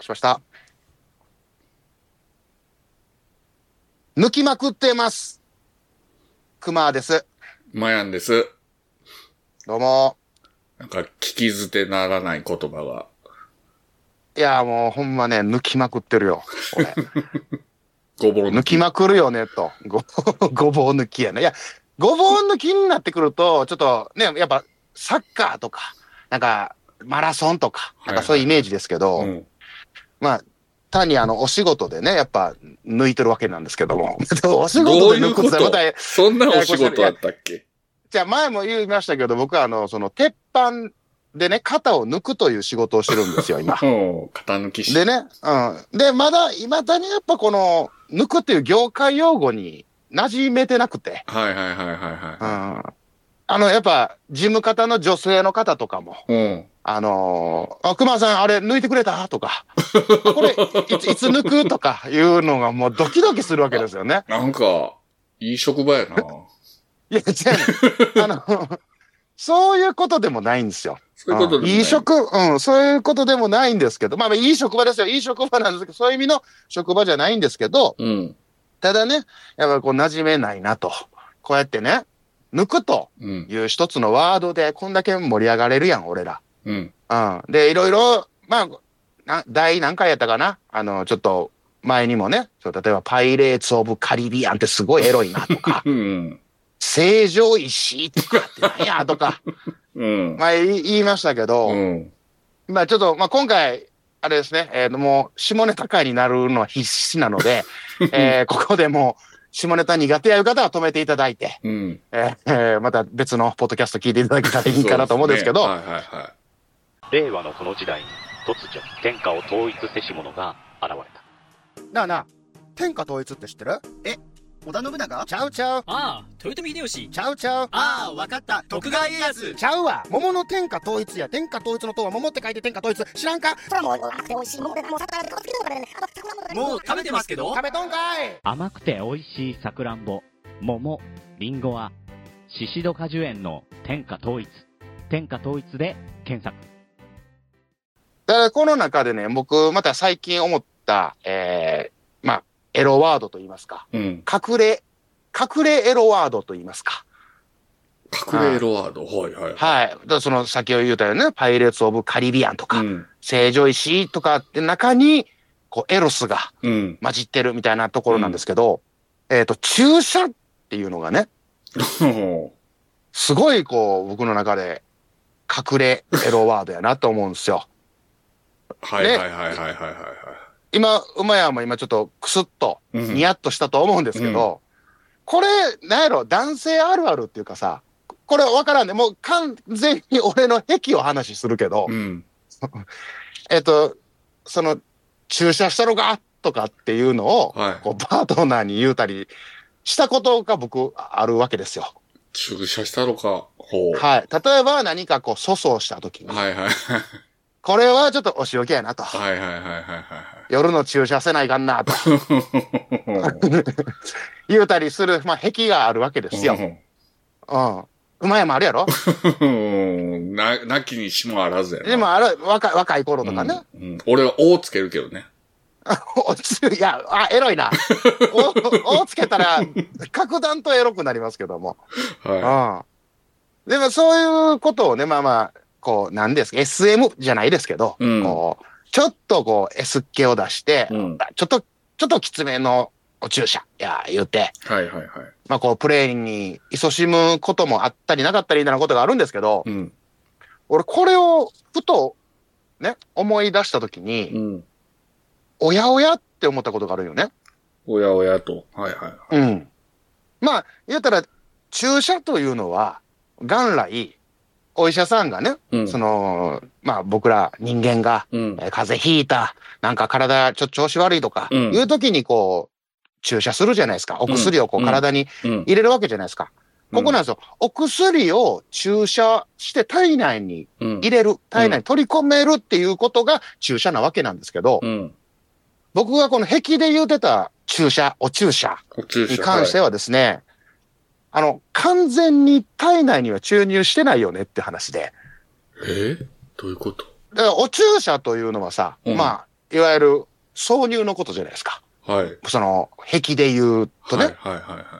しました。抜きまくってます。くまです。 まやんです。 どうも。 なんか聞き捨てならない言葉が。 いや、もうほんまね、抜きまくってるよ。これ。 ごぼう抜き。 抜きまくるよね、と。ごぼう抜きやね。いや、ごぼう抜きになってくると、ちょっとね、やっぱサッカーとか、なんかマラソンとか、なんかそういうイメージですけど、まあ、単にお仕事でね、やっぱ抜いてるわけなんですけども。お仕事で抜くってまた、 そんなお仕事だったっけ？ じゃあ前も言いましたけど、僕はその鉄板でね、型を抜くという仕事をしてるんですよ、今。 型抜きし。 でね、で、まだ、未だにやっぱこの、抜くっていう業界用語に馴染めてなくて。 はいはいはいはいはい。 やっぱ、事務方の女性の方とかも、熊さん、あれ抜いてくれたとか、これいつ抜くとかいうのがもうドキドキするわけですよね。 なんか、いい職場やな。 いや、違うね。そういうことでもないんですよ。 そういうことでもない。 そういうことでもないんですけど、まあ、いい職場ですよ。いい職場なんですけど、そういう意味の職場じゃないんですけど、ただね、やっぱこう馴染めないなと。こうやってね、抜くという一つのワードでこんだけ盛り上がれるやん、俺ら。で、いろいろ、まあ、第何回やったかな？ちょっと前にもね、例えばパイレーツ・オブ・カリビアンってすごいエロいなとか、成城石井とかって何やとか、まあ言いましたけど、まあちょっと、まあ今回、あれですね、もう下ネタ会になるのは必死なので、ここでもう下ネタ苦手やいう方は止めていただいて、また別のポッドキャスト聞いていただけたらいいかなと思うんですけど、 令和のこの時代に突如天下を統一せし者が現れた。 なあなあ、天下統一って知ってる？ 織田信長？ ちゃうちゃう。 ああ、豊臣秀吉。 ちゃうちゃう。 ああ、わかった。徳川家康。 ちゃうわ。桃の天下統一や。天下統一の塔は桃って書いて天下統一。知らんか？ それはもう甘くて美味しい桃でもうもう食べてますけど。 食べとんかい。 甘くて美味しいさくらんぼ、桃、りんごは宍戸果樹園の天下統一。天下統一で検索。 だからこの中でね、僕また最近思った、まあエロワードと言いますか、隠れエロワードと言いますか。 隠れエロワード、はいはい。 はい。だからその先ほど言ったよね、パイレーツ・オブ・カリビアンとか、成城石井とかって中に、こう、エロスが混じってるみたいなところなんですけど、注射っていうのがね、すごいこう、僕の中で隠れエロワードやなと思うんですよ。 はいはいはいはいはい。 今、馬屋も今ちょっとクスッとニヤッとしたと思うんですけど、これ、なんやろ、男性あるあるっていうかさ、これわからんね。もう完全に俺の癖を話するけど、その、注射したのかとかっていうのを、こうパートナーに言うたりしたことが僕あるわけですよ。 注射したのか。 はい。例えば何かこう粗相した時に。これはちょっとお仕置きやなと。夜の注射せないかんなと。言うたりする、まあ、癖があるわけですよ。馬屋もあるやろ？ なきにしもあらずやな。 でも若い頃とかね。 俺は「お」つけるけどね。 いや、エロいな。おつけたら、格段とエロくなりますけども。でもそういうことをね、まあまあ、こう、なんですか、SM じゃないですけど、こう、ちょっとこう、S っ気を出して、ちょっときつめのお注射、言うて、まあこう、プレイに勤しむこともあったりなかったりみたいなことがあるんですけど、俺これをふと、ね、思い出したときに、おやおやって思ったことがあるよね。 おやおやと。 まあ、言ったら、注射というのは、元来、お医者さんがね、まあ僕ら人間が、風邪ひいた、なんか体調子悪いとか、いう時にこう、注射するじゃないですか。お薬をこう体に入れるわけじゃないですか。ここなんですよ。お薬を注射して体内に入れる、体内に取り込めるっていうことが注射なわけなんですけど、僕がこの壁で言うてたお注射に関してはですね、完全に体内には注入してないよねって話で。 どういうこと？ だからお注射というのはさ、まあ、 いわゆる挿入のことじゃないですか。 はい。 その、壁で言うとね。 はいはいはいはい。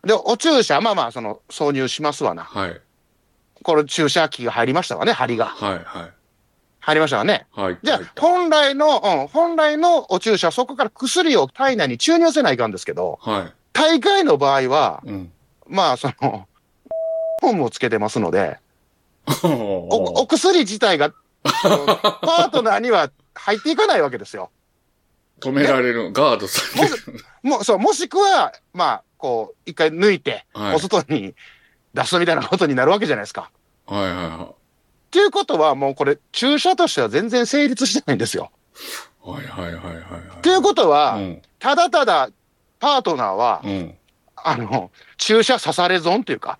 で、お注射、まあまあ、その、挿入しますわな。 はい。 これ注射器が入りましたわね、針が。 はいはい。 入りましたわね。 はい。 じゃあ、本来のお注射、そこから薬を体内に注入せないかんですけど、 はい。 大概の場合は、 うん、 まあ、その、本をつけてますので、お薬自体が、パートナーには入っていかないわけですよ。 止められる、ガードされる。 もしくは、まあ、こう、一回抜いて、はい、お外に出すみたいなことになるわけじゃないですか。 はいはいはい。 っていうことは、もうこれ、注射としては全然成立してないんですよ。 はいはいはいはい、はい。 っていうことは、うん、ただただ、パートナーは、うん、注射刺され損っていうか、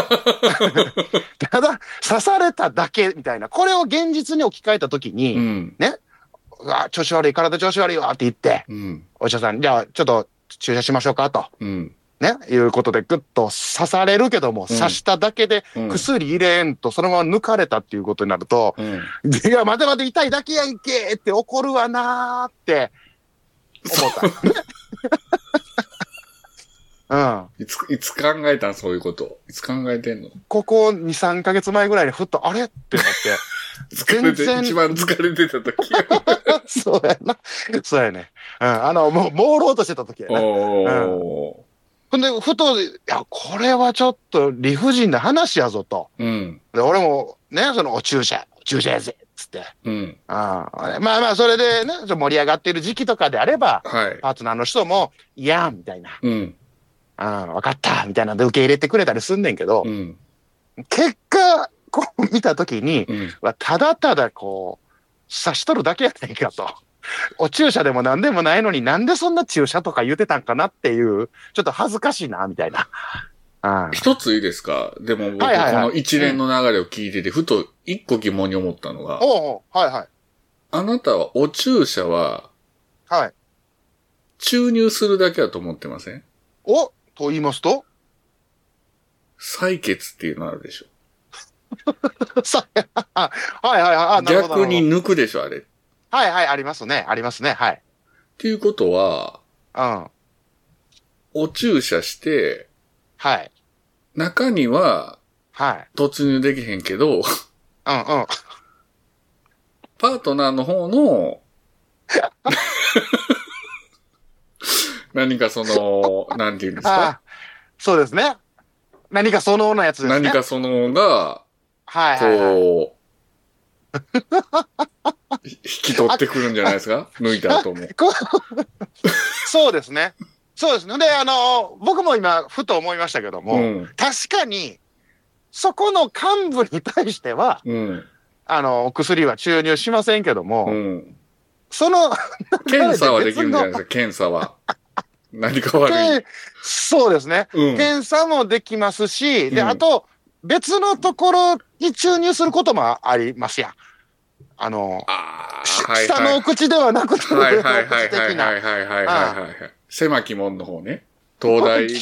ただ、刺されただけみたいな、これを現実に置き換えたときに、うん、ね、調子悪い、体調子悪いわって言って、うん、お医者さん、じゃあちょっと注射しましょうかと、うん、ね、いうことでぐっと刺されるけども、うん、刺しただけで薬入れんとそのまま抜かれたっていうことになると、うん、いや、待て待て痛いだけやんけって怒るわなーって思った。うん。いつ考えたんそういうこと。いつ考えてんの？ ここ2、3ヶ月前ぐらいにふっと、あれって思って。 全然。一番疲れてた時。 そうやな。そうやね。うん。もう、朦朧としてた時やね。ほんで、ふと、いや、これはちょっと理不尽な話やぞと。うん。で、俺も、ね、その、注射やぜ。つって。うん。まあまあ、それでね、盛り上がっている時期とかであれば、はい。パートナーの人も、いやみたいな。うん。わかったみたいなんで受け入れてくれたりすんねんけど、うん、結果、こう見たときに、うん、ただただこう、刺しとるだけやないかと。お注射でも何でもないのになんでそんな注射とか言うてたんかなっていう、ちょっと恥ずかしいな、みたいな。 一ついいですか？でも僕、この一連の流れを聞いてて、ふと一個疑問に思ったのが、 はいはい。 あなたはお注射は、 はい。 注入するだけだと思ってません？ と言いますと採血っていうのあるでしょ。 はいはいはい。 逆に抜くでしょ、あれ。 はいはい、ありますね。ありますね。はい。っていうことは、 うん。 お注射して、 はい。 中には、 はい。 突入できへんけど、うんうん。パートナーの方の、何かその、なんていうんですか？ そうですね。何かそののやつですね。 何かそのが、 はいこう、引き取ってくるんじゃないですか？抜いた後も。 そうですね。そうですね。で、僕も今、ふと思いましたけども、うん、確かに、そこの幹部に対しては、うん、薬は注入しませんけども、うん、その、 検査はできるんじゃないですか？検査は。何か悪い。 そうですね、うん。検査もできますし、で、あと、別のところに注入することもありますやん。下のお口ではなくて、 上のお口的な。狭き門の方ね。東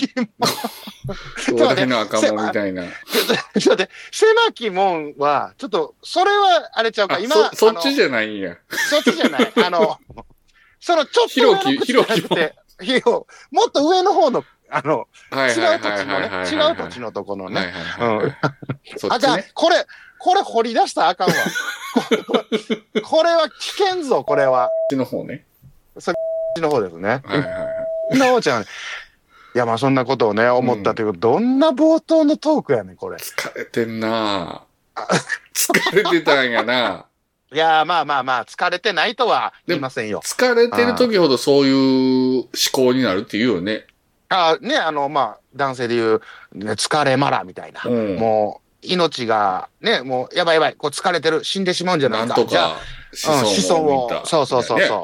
大の赤門みたいな。 ちょっと待って、狭き門は、ちょっと、それはあれちゃうか、今。 そっちじゃないんや。 そっちじゃない。そのちょっと上の口じゃなくて、もっと上の方の、違う土地のね、違う土地のとこのね。じゃあ、これ掘り出したらあかんわ。これは危険ぞ、これは。 こっちの方ね。 そっちの方ですね。なおちゃん。いや、まあそんなことをね、思ったというか、どんな冒頭のトークやねん、これ。 疲れてんな疲れてたんやな。 いやまあ疲れてないとは言いませんよ。 疲れてる時ほどそういう思考になるって言うよね。 ね、まあ、男性で言う、ね、疲れまらみたいな。もう、命が、ね、もう、やばい、こう疲れてる、死んでしまうんじゃないか。 なんとか、 子孫を。そう。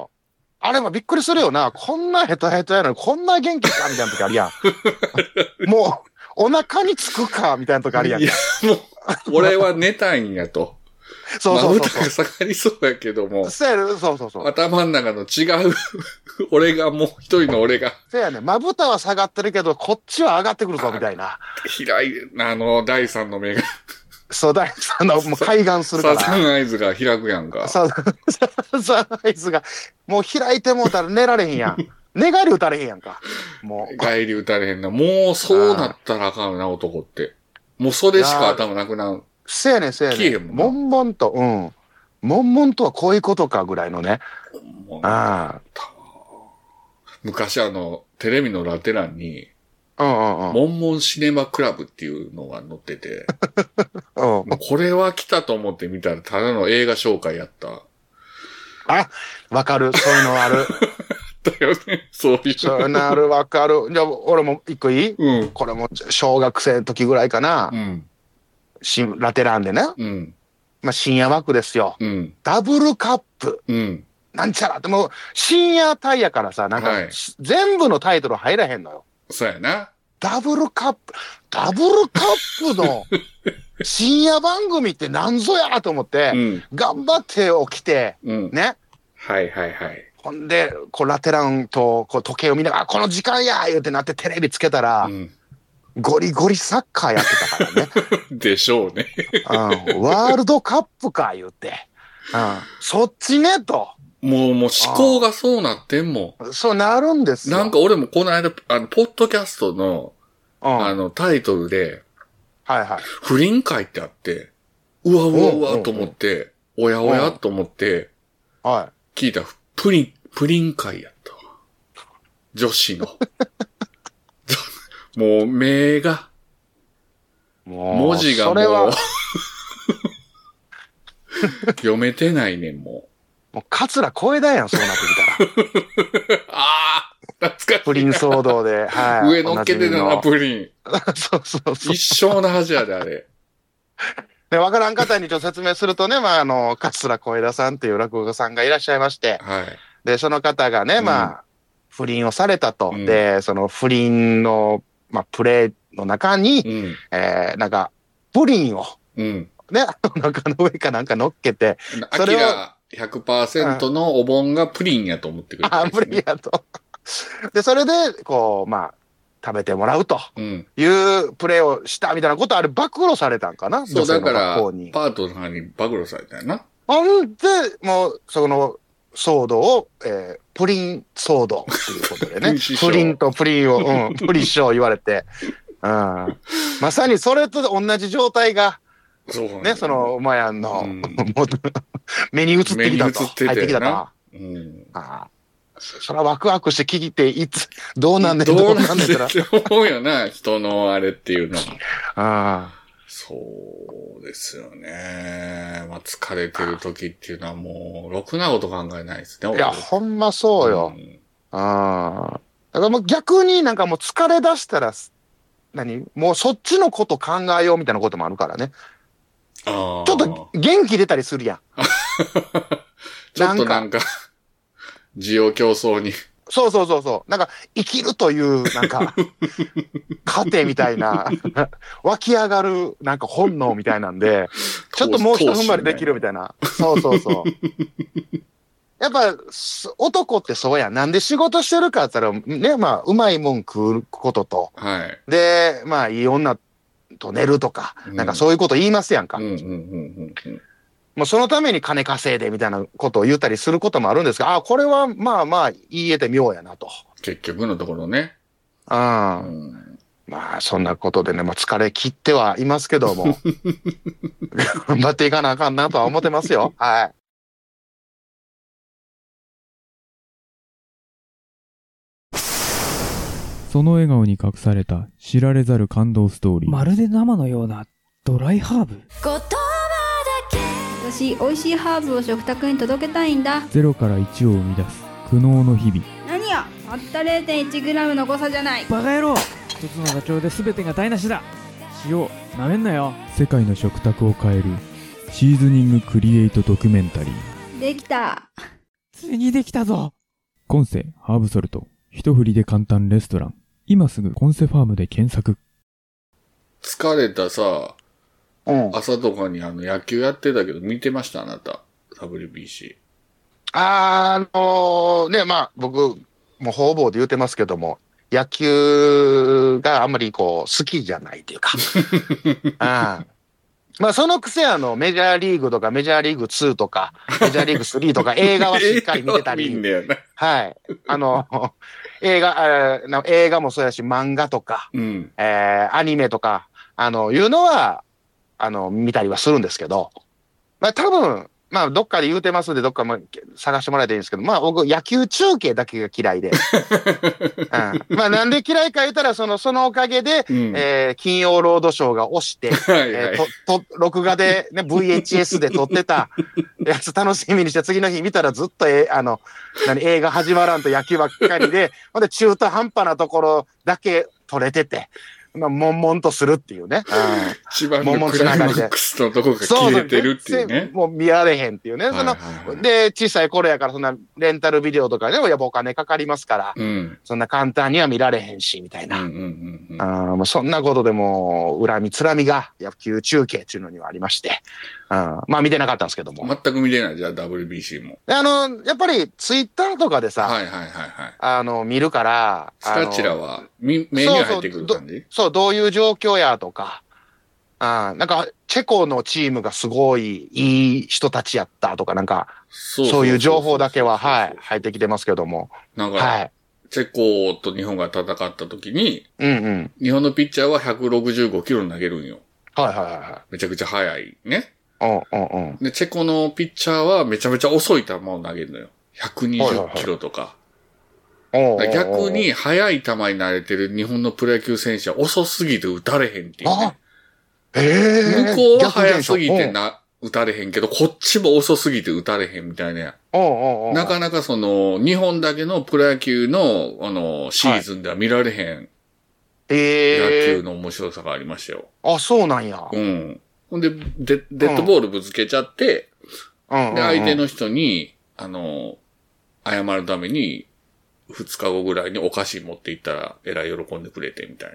あれもびっくりするよな。こんなヘトヘトやのに、こんな元気かみたいな時あるやん。もう、お腹につくかみたいな時あるやん。いや、 もう、俺は寝たいんやと。 そう。 歌が下がりそうやけども。 そう。 頭の中の違う、俺がもう一人の俺が。 そうやね。まぶたは下がってるけど、こっちは上がってくるぞ、みたいな。 第三の目が。 そうだ、もう海岸するから。 サンアイズが開くやんか。 サンアイズが、もう開いてもうたら寝られへんやん。寝返り打たれへんやんか。もう。 帰り打たれへんな。もうそうなったらあかんな、男って。もうそれしか頭なくなる。 せやねん、せやねん。悶々と、悶々とはこういうことかぐらいのね。 昔テレビのラテ欄に、モンモンシネマクラブっていうのが載ってて、これは来たと思って見たらただの映画紹介やった。 あ、わかる。そういうのある。 だよね。そういうのある、わかる。じゃあ、俺も一個いい？これも小学生の時ぐらいかな。ラテランでね。まあ、深夜枠ですよ。ダブルカップ。なんちゃらって、もう、深夜帯やからさ、なんか、全部のタイトル入らへんのよ。 そうやな。 ダブルカップの深夜番組ってなんぞやと思って、頑張って起きて、ね。 はいはいはい。 ほんで、ラテランと時計を見ながら、この時間や言うてなってテレビつけたら、ゴリゴリサッカーやってたからね。 でしょうね。 ワールドカップか言うて。そっちねと。 もう思考がそうなってんもん。そうなるんですよ。 なんか俺もこの間、ポッドキャストの、タイトルで、不倫会ってあって、うわうわうわと思って、おやおやと思って、聞いたプリン会やったわ。女子の。もう目が、文字がもう、読めてないねん、もう桂小枝やん、そうなってきたら。 ああ、懐かしい。 プリン騒動で、 上乗っけてたな、プリン。 そう。 一生の恥やで、あれ。 で、わからん方にちょっと説明するとね、桂小枝さんっていう落語家さんがいらっしゃいまして、で、その方がね、不倫をされたと。で、その不倫の、プレイの中に、なんか、プリンを、ね、お腹の上かなんか乗っけて、 それを、100% のお盆がプリンやと思ってくれた、 プリンやと。で、それで、食べてもらうというプレイをしたみたいなことあれ暴露されたんかな？ そう、だから、パートナーに暴露されたよな。 ほんで、もう、その騒動を、プリン騒動っていうことでね。プリンとプリンを、プリンショー言われて。まさにそれと同じ状態が、ね、その、馬やんの、目に映ってきたと。入ってきたと。そらワクワクして聞いて、どうなんねん、 どうなんねんって思うよな、人のあれっていうのは。そうですよね。疲れてる時っていうのはもう、ろくなこと考えないですね。 いや、ほんまそうよ。だからもう逆になんかもう疲れ出したら、もうそっちのこと考えようみたいなこともあるからね。ちょっと元気出たりするやん。 ちょっとなんか、需要競争に。 そう。なんか、生きるという、なんか、糧みたいな、湧き上がる、なんか本能みたいなんで、ちょっともう一踏ん張りできるみたいな。そう。やっぱ、男ってそうやん。なんで仕事してるかって言ったら、ね、うまいもん食うことと、で、いい女と寝るとか、なんかそういうこと言いますやんか。もうそのために金稼いでみたいなことを言ったりすることもあるんですが、これは言えて妙やなと。 結局のところね。 そんなことでね、疲れ切ってはいますけども、頑張っていかなあかんなとは思ってますよ。はい。 その笑顔に隠された知られざる感動ストーリー。 まるで生のようなドライハーブ。 私、美味しいハーブを食卓に届けたいんだ。 ゼロから1を生み出す苦悩の日々。 何や、たった 0.1g の誤差じゃない。 バカ野郎、一つのダチョウで全てが台無しだ。塩、なめんなよ。 世界の食卓を変えるシーズニングクリエイトドキュメンタリー。 できた。 ついにできたぞ。 コンセハーブソルト、一振りで簡単レストラン。今すぐコンセファームで検索。 疲れたさ、朝とかに野球やってたけど見てました？あなた。WBC。 僕、もう方々で言うてますけども、野球があんまり好きじゃないというか。 まあそのくせメジャーリーグとかメジャーリーグ2とか、メジャーリーグ3とか映画はしっかり見てたり。はい。映画もそうやし、漫画とか、アニメとか、いうのは、見たりはするんですけど、まあ多分、まあどっかで言うてますんで、どっかも探してもらえたらいいんですけど、まあ僕野球中継だけが嫌いで。まあなんで嫌いか言ったら、そのおかげで、金曜ロードショーが押して、録画でね、VHS で撮ってたやつ楽しみにして次の日見たらずっと映画始まらんと野球ばっかりで、ほんで中途半端なところだけ撮れてて、まあ、悶々とするっていうね。 一番のクライマックスのとこが切れてるっていうね。 もう見られへんっていうね。で、小さい頃やからそんなレンタルビデオとかでもやっぱお金かかりますから、そんな簡単には見られへんし、みたいな。もうそんなことでも、恨みつらみが野球中継っていうのにはありまして、まあ見てなかったんですけども。 全く見れないじゃあ WBC も。 やっぱりツイッターとかでさ、見るから、 スタチラは目に入ってくる感じ？ そう、どういう状況やとか、なんか、チェコのチームがすごいいい人たちやったとか、なんか、そういう情報だけは、はい、入ってきてますけども。 なんか、チェコと日本が戦った時に、日本のピッチャーは165キロ投げるんよ。めちゃくちゃ速いね。で、チェコのピッチャーはめちゃめちゃ遅い球を投げるのよ。120キロとか。逆に速い球に慣れてる日本のプロ野球選手は遅すぎて打たれへんっていうね。向こうは速すぎて打たれへんけど、こっちも遅すぎて打たれへんみたいな。なかなか日本だけのプロ野球の、シーズンでは見られへん。野球の面白さがありましたよ。 あ、そうなんや。 ほんで、デッドボールぶつけちゃって、で、相手の人に、謝るために、2日後ぐらいにお菓子持って行ったら、えらい喜んでくれて、みたいな。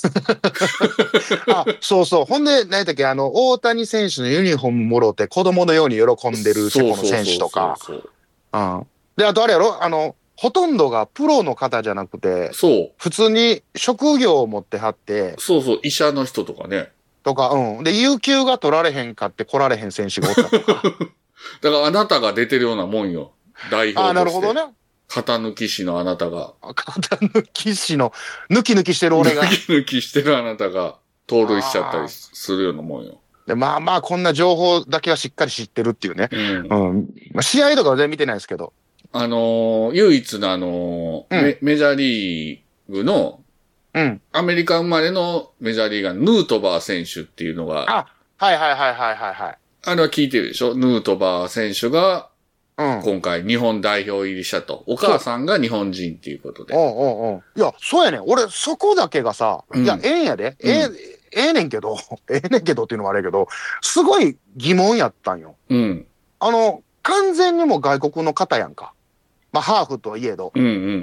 そうそう。ほんで、何やったっけ、大谷選手のユニフォームもろって子供のように喜んでるチェコの選手とか。で、あとあれやろほとんどがプロの方じゃなくて、普通に職業を持ってはって、 医者の人とかね。 とか、で、有給が取られへんかって来られへん選手がおったとか。 だからあなたが出てるようなもんよ。代表として。 なるほどね。 肩抜き師のあなたが。 肩抜き師の、抜き抜きしてる俺が。 抜き抜きしてるあなたが、盗塁しちゃったりするようなもんよ。 で、まあまあ、こんな情報だけはしっかり知ってるっていうね。試合とかは全然見てないですけど。 唯一のメジャーリーグの、アメリカ生まれのメジャーリーガー、ヌートバー選手っていうのが。 はい。 あれは聞いてるでしょ？ヌートバー選手が、今回日本代表入りしたと。お母さんが日本人っていうことで。 いや、そうやねん。俺、そこだけがさ、いや、ええんやで。ええねんけどっていうのもあれやけど、すごい疑問やったんよ。完全にも外国の方やんか。まあ、ハーフとはいえど。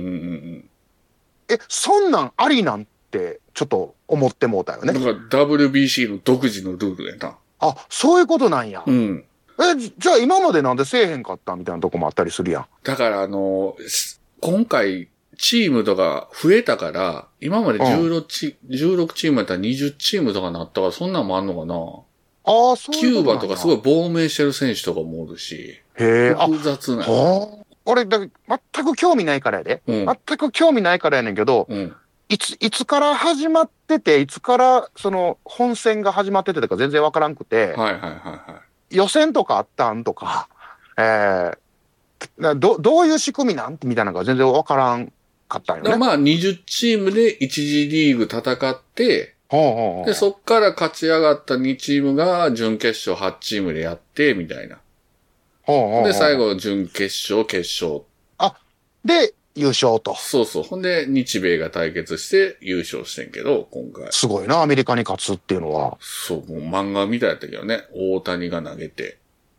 そんなんありなんて、ちょっと思ってもうたよね。 だから WBC の独自のルールやな。 そういうことなんや。じゃあ今までなんでせえへんかったみたいなとこもあったりするやん。 だから今回、チームとか増えたから、今まで16チームやったら20チームとかなったから、そんなんもあんのかな？ そうキューバとかすごい亡命してる選手とかもおるし。複雑な。 俺、全く興味ないからやで。全く興味ないからやねんけど、いつから始まってて、いつから本戦が始まっててとか全然わからんくて、予選とかあったんとか、どういう仕組みなんみたいなのが全然わからんかったんよね。 まあ20チームで1次リーグ戦って、で、そっから勝ち上がった2チームが準決勝8チームでやって、みたいな。で、最後準決勝、決勝。 で、優勝と。 そう。ほんで、日米が対決して優勝してんけど、今回。 すごいな、アメリカに勝つっていうのは。 そう、もう漫画みたいやったけどね。大谷が投げて。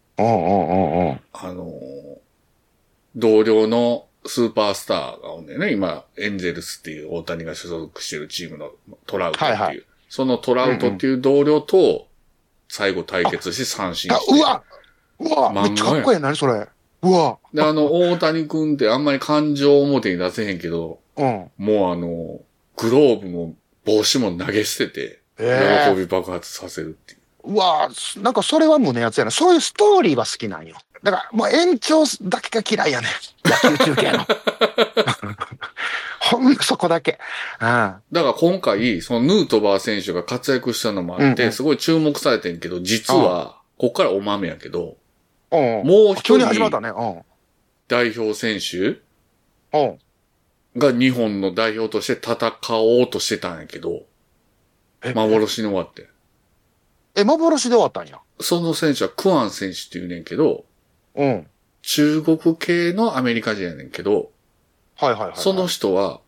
同僚のスーパースターがおんねんね。今、エンゼルスっていう大谷が所属してるチームのトラウトっていう。そのトラウトっていう同僚と、最後対決して三振して。 うわめっちゃかっこいい。何それ。うわで、大谷くんってあんまり感情を表に出せへんけど、もうグローブも帽子も投げ捨てて、喜び爆発させるっていう。 うわなんかそれは胸熱やな。そういうストーリーは好きなんよ。だからもう延長だけが嫌いやねん。野球中継の。ほんまそこだけ。 だから今回、そのヌートバー選手が活躍したのもあって、すごい注目されてんけど、実は、こっからお豆やけど、もう一人、代表選手が日本の代表として戦おうとしてたんやけど、幻に終わって。 幻で終わったんや。 その選手はクアン選手って言うねんけど、中国系のアメリカ人やねんけど、その人は、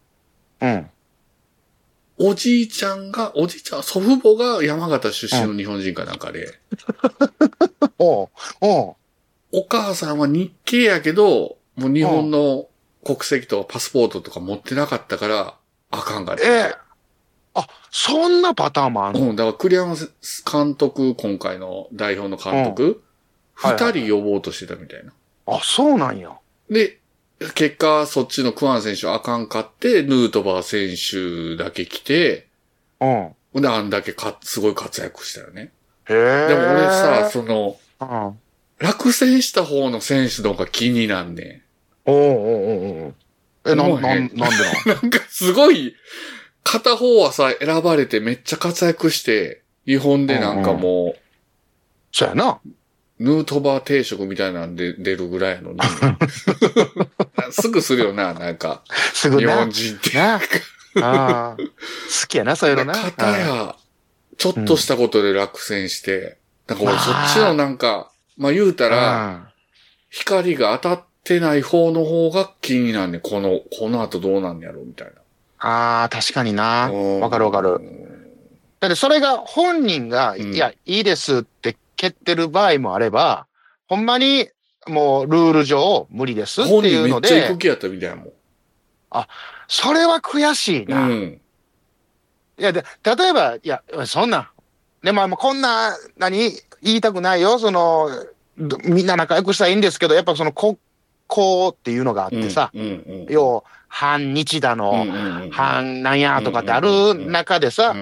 おじいちゃん、祖父母が山形出身の日本人かなんかで、お母さんは日系やけど、もう日本の国籍とかパスポートとか持ってなかったから、あかんがって。 そんなパターンもあるの？ だから栗山監督、今回の代表の監督、二人呼ぼうとしてたみたいな。 そうなんや。 で、結果、そっちのクワン選手あかんかって、ヌートバー選手だけ来て、で、あんだけすごい活躍したよね。でも俺さ、落選した方の選手の方が気になんねん。 なんでなんかすごい、片方はさ、選ばれてめっちゃ活躍して、日本でなんかもう、 そうやな。 ヌートバー定食みたいなんで出るぐらいやのに。すぐするよな、なんか。 すぐ日本人って。 好きやな、そういうのな。 片や、ちょっとしたことで落選して、なんか俺そっちのなんか、言うたら、光が当たってない方の方が気になんねん。この後どうなんやろうみたいな。 確かにな。わかるわかる。だってそれが本人が、いや、いいですって蹴ってる場合もあれば、ほんまにもうルール上無理ですっていうので。 本人めっちゃ行く気やったみたいなもん。 それは悔しいな。いや、例えば、いや、そんな。でも、こんな、言いたくないよ。みんな仲良くしたらいいんですけど、やっぱ国交っていうのがあってさ、要、反日だの、反なんやとかってある中でさ、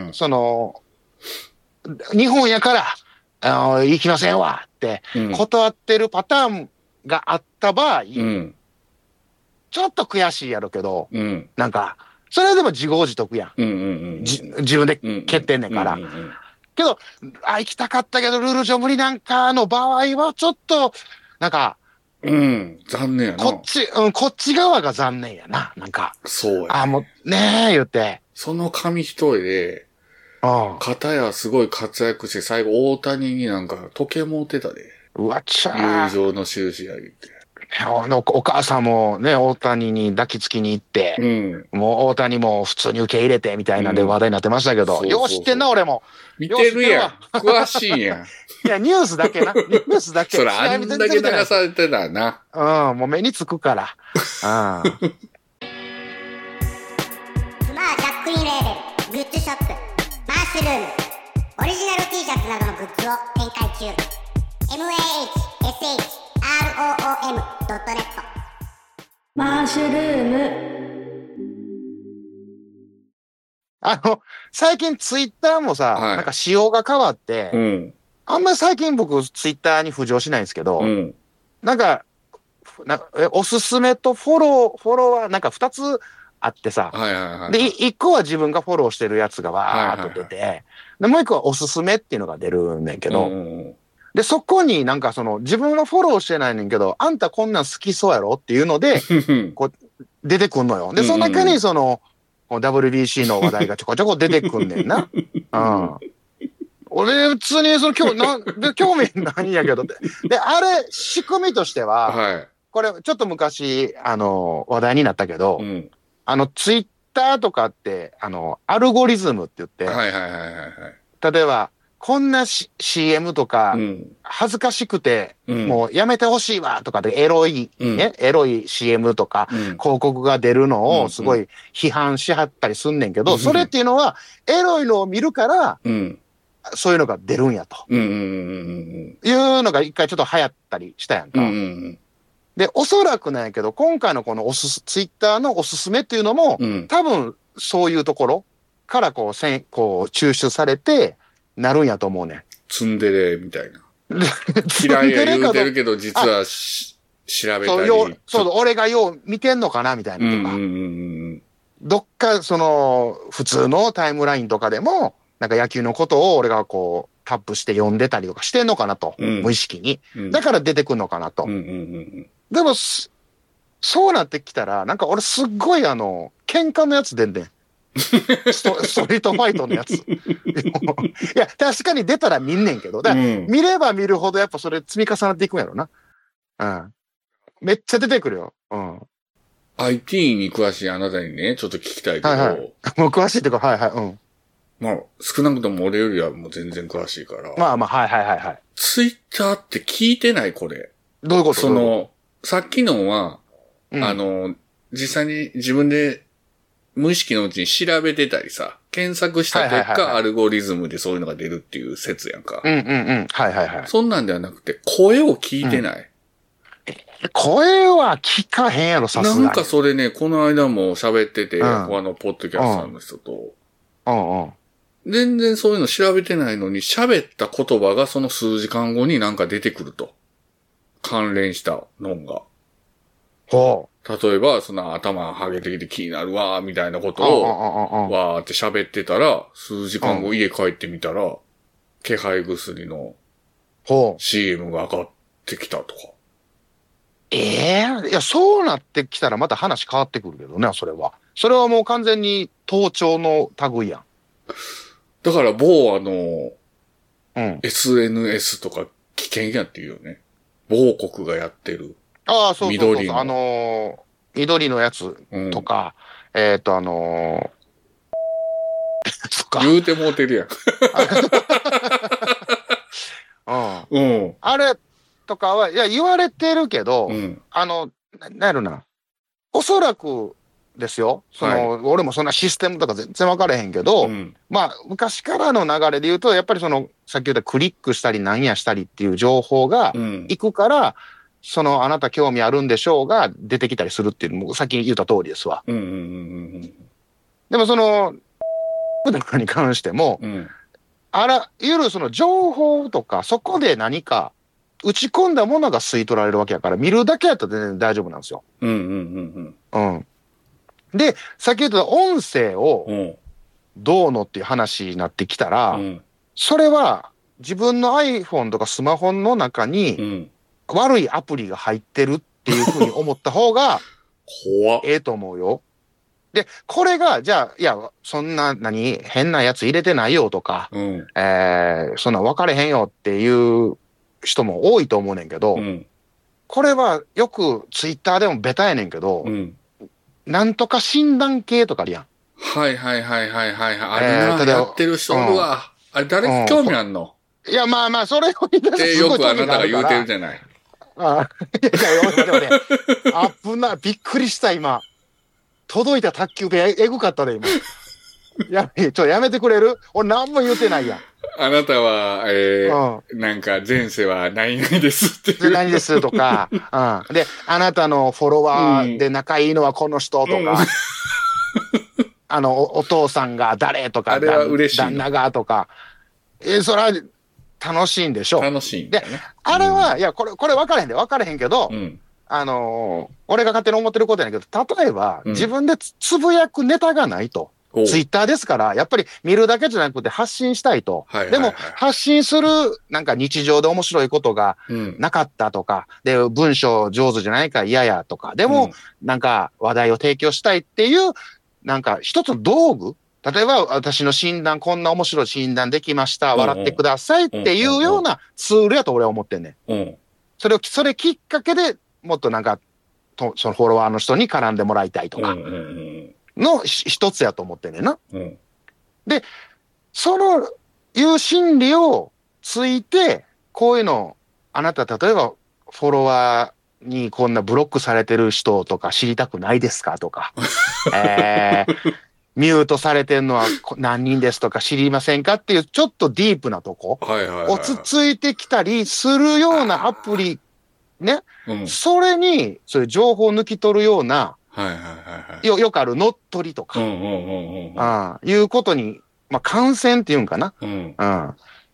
日本やから、行きませんわって断ってるパターンがあった場合、ちょっと悔しいやろけど、なんか、それでも自業自得やん。自分で蹴ってんねんから。けど、行きたかったけど、ルール上無理なんかの場合は、ちょっと、なんか、 残念やな。 こっち側が残念やな、なんか。 そうや。 もう、ねえ、言って。 その紙一重で、片やすごい活躍して、最後大谷になんか時計持ってたで。 うわっちゃ友情の印や言って。 お母さんもね、大谷に抱きつきに行って、もう大谷も普通に受け入れてみたいなんで話題になってましたけど、よう知ってんな、俺も。 見てるやん。詳しいやん。 いや、ニュースだけな。ニュースだけ。 それあんだけ流されてたな。 もう目につくから。 スマージャックインレーベル、グッズショップ、マッシュルーム、オリジナル T シャツなどのグッズを展開中。mahshroom.net マッシュルーム。 最近ツイッターもさ、なんか仕様が変わって、あんまり最近僕ツイッターに浮上しないんですけど、なんか、おすすめとフォロワーなんか2つあってさ、で、1個は自分がフォローしてるやつがわーっと出て、で、もう1個はおすすめっていうのが出るんだけど、で、そこになんか自分はフォローしてないねんけど、あんたこんなん好きそうやろっていうので、こう、出てくんのよ。で、その中にWBC の話題がちょこちょこ出てくんねんな。俺、普通に興味ないんやけど。で、あれ、仕組みとしては、これ、ちょっと昔、話題になったけど、ツイッターとかって、アルゴリズムって言って、例えば、こんなCM とか、恥ずかしくて、もうやめてほしいわとかでエロい CM とか、広告が出るのをすごい批判しはったりすんねんけど、それっていうのは、エロいのを見るから、そういうのが出るんやと。いうのが一回ちょっと流行ったりしたやんか。で、おそらくなんやけど、今回のこのツイッターのおすすめっていうのも、多分そういうところからこう抽出されて、なるんやと思うね。 ツンデレみたいな。嫌いや言うてるけど、実は調べたり。 そう、俺がよう見てんのかなみたいなとか。どっか、普通のタイムラインとかでも、なんか野球のことを俺がこう、タップして読んでたりとかしてんのかなと。無意識に。だから出てくんのかなと。でも、そうなってきたら、なんか俺すっごい喧嘩のやつ出んねん。ストリートファイトのやつ。いや、確かに出たら見んねんけど。だから見れば見るほどやっぱそれ積み重なっていくんやろな。うん。めっちゃ出てくるよ。うん。 IT に詳しいあなたにね、ちょっと聞きたいけど。はいはい。 もう詳しいっていうか、はいはい、うん。 まあ、少なくとも俺よりはもう全然詳しいから。 まあまあ、はいはいはいはい。 ツイッターって聞いてないこれ。 どういうことさっきのは、実際に自分で無意識のうちに調べてたりさ、検索した結果、アルゴリズムでそういうのが出るっていう説やんか。 はいはいはい。 そんなんではなくて、声を聞いてない。 声は聞かへんやろ、さすがに。 なんかそれね、この間も喋ってて、ポッドキャスターの人と。全然そういうの調べてないのに、喋った言葉がその数時間後になんか出てくると。関連したのが。例えば、その頭ハゲてきて気になるわーみたいなことを、わーって喋ってたら、数時間後家帰ってみたら、気配薬の CM が上がってきたとか。 いや、そうなってきたらまた話変わってくるけどね、それは。それはもう完全に盗聴の類やん。 だから某SNS とか危険やっていうよね。某国がやってる。 ああ、そうそうそう。緑のやつとか、 言うてもうてるやん。 あれとかは、いや、言われてるけど、なんやろな。おそらくですよ。俺もそんなシステムとか全然分からへんけど、まあ、昔からの流れで言うと、やっぱりさっき言ったクリックしたりなんやしたりっていう情報が行くから、あなた興味あるんでしょうが出てきたりするっていうのも、さっき言った通りですわ。でもとかに関しても、あらゆる情報とか、そこで何か打ち込んだものが吸い取られるわけやから、見るだけやったら全然大丈夫なんですよ。で、さっき言った音声をどうのっていう話になってきたら、それは自分の iPhone とかスマホの中に悪いアプリが入ってるっていうふうに思った方がええと思うよ。で、これが、じゃあ、いや、そんな、変なやつ入れてないよとか、そんな分かれへんよっていう人も多いと思うねんけど、これはよくツイッターでもベタやねんけど、なんとか診断系とかあるやん。 はいはいはいはいはい。あれな、やってる人おるわ。あれ誰興味あんの？ いや、まあまあ、それを言い出すごい興味があるから。よくあなたが言うてるじゃない。 危ない、びっくりした、今。届いた宅急便えぐかったで、今。やめてくれる？俺何も言うてないやん。 あなたは、なんか前世は何々ですっていう。 何ですとか、で、あなたのフォロワーで仲いいのはこの人とか、お父さんが誰とか、 あれは嬉しい旦那がとか、それは楽しいんでしょ。 楽しいんだよね。 で、あれは、いや、これ分からへんけど、俺が勝手に思ってることやねんけど、例えば、自分でつぶやくネタがないと。ツイッターですから、やっぱり見るだけじゃなくて発信したいと。でも、発信する、なんか日常で面白いことがなかったとか、で、文章上手じゃないから嫌やとか、でも、なんか話題を提供したいっていう、なんか一つの道具。例えば、私の診断、こんな面白い診断できました。笑ってくださいっていうようなツールやと俺は思ってんねん。それきっかけでもっとなんか、そのフォロワーの人に絡んでもらいたいとか。の一つやと思ってんねんな。で、いう心理をついて、こういうの、あなた例えばフォロワーにこんなブロックされてる人とか知りたくないですかとか、ミュートされてるのは何人ですとか知りませんかっていうちょっとディープなとこ、落ち着いてきたりするようなアプリ、ね、それにそういう情報を抜き取るような、よくある乗っ取りとか、いうことに、まあ、感染っていうんかな、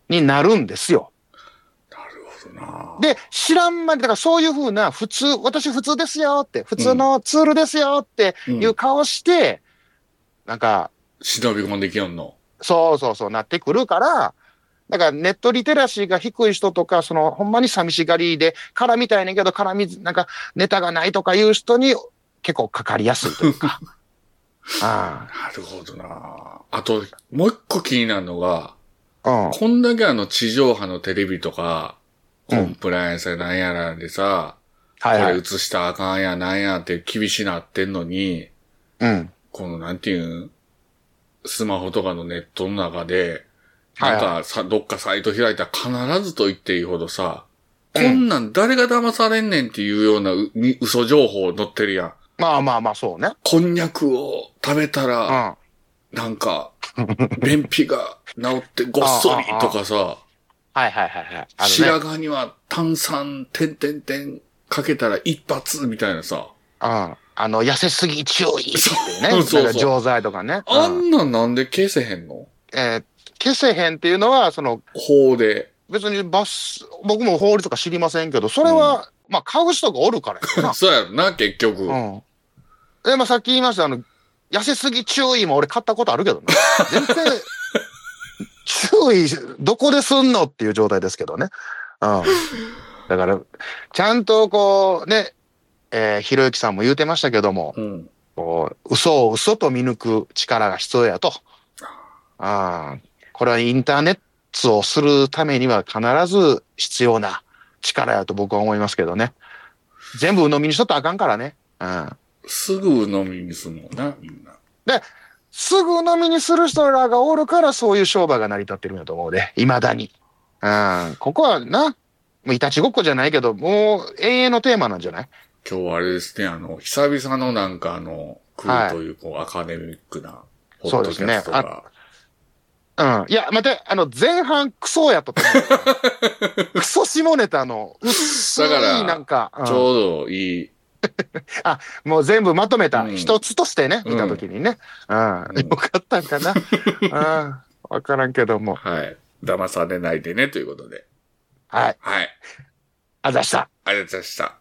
になるんですよ。 なるほどな。 で、知らんまで、だからそういう風な私普通ですよって、普通のツールですよっていう顔して、なんか、 忍び込んできよんの。 そうなってくるから、だからネットリテラシーが低い人とか、ほんまに寂しがりで、絡みたいねんけど、なんかネタがないとかいう人に結構かかりやすいというか。 なるほどな。あと、もう一個気になるのが、こんだけ地上波のテレビとか、コンプライアンスやなんやらでさ、これ映したらあかんやなんやって厳しなってんのに、このなんていうん、スマホとかのネットの中で、なんかどっかサイト開いたら必ずと言っていいほどさ、こんなん誰が騙されんねんっていうような嘘情報載ってるやん。 まあ、そうね。 こんにゃくを食べたら、なんか、便秘が治ってごっそりとかさ、白髪には炭酸、かけたら一発みたいなさ。 痩せすぎ注意ってね。そう。錠剤とかね。 あんなんで消せへんの？ 消せへんっていうのは、 法で。 別に僕も法律とか知りませんけど、それは、まあ、買う人がおるからやな。 そうやろな、結局。 で、まあ、さっき言いました、痩せすぎ注意も俺買ったことあるけどね。全然、注意、どこですんのっていう状態ですけどね。だから、ちゃんとこう、ね、ひろゆきさんも言うてましたけども、こう、嘘を嘘と見抜く力が必要やと。これはインターネットをするためには必ず必要な力やと僕は思いますけどね。全部鵜呑みにしとったらあかんからね。 すぐ鵜呑みにするもんな、みんな。 で、すぐ鵜呑みにする人らがおるからそういう商売が成り立ってるんだと思うで、未だに。ここはな、もういたちごっこじゃないけど、もう永遠のテーマなんじゃない？ 今日はあれですね、久々のなんか来るという、アカデミックな、ポッドキャストが。 いや、待て、前半クソやったと思う。クソ下ネタの、薄いなんか。 ちょうどいい。 もう全部まとめた一つとしてね、見たときにね。よかったんかな。わからんけども。 はい。騙されないでね、ということで。 はい。 はい。 あざした。 ありがとうございました。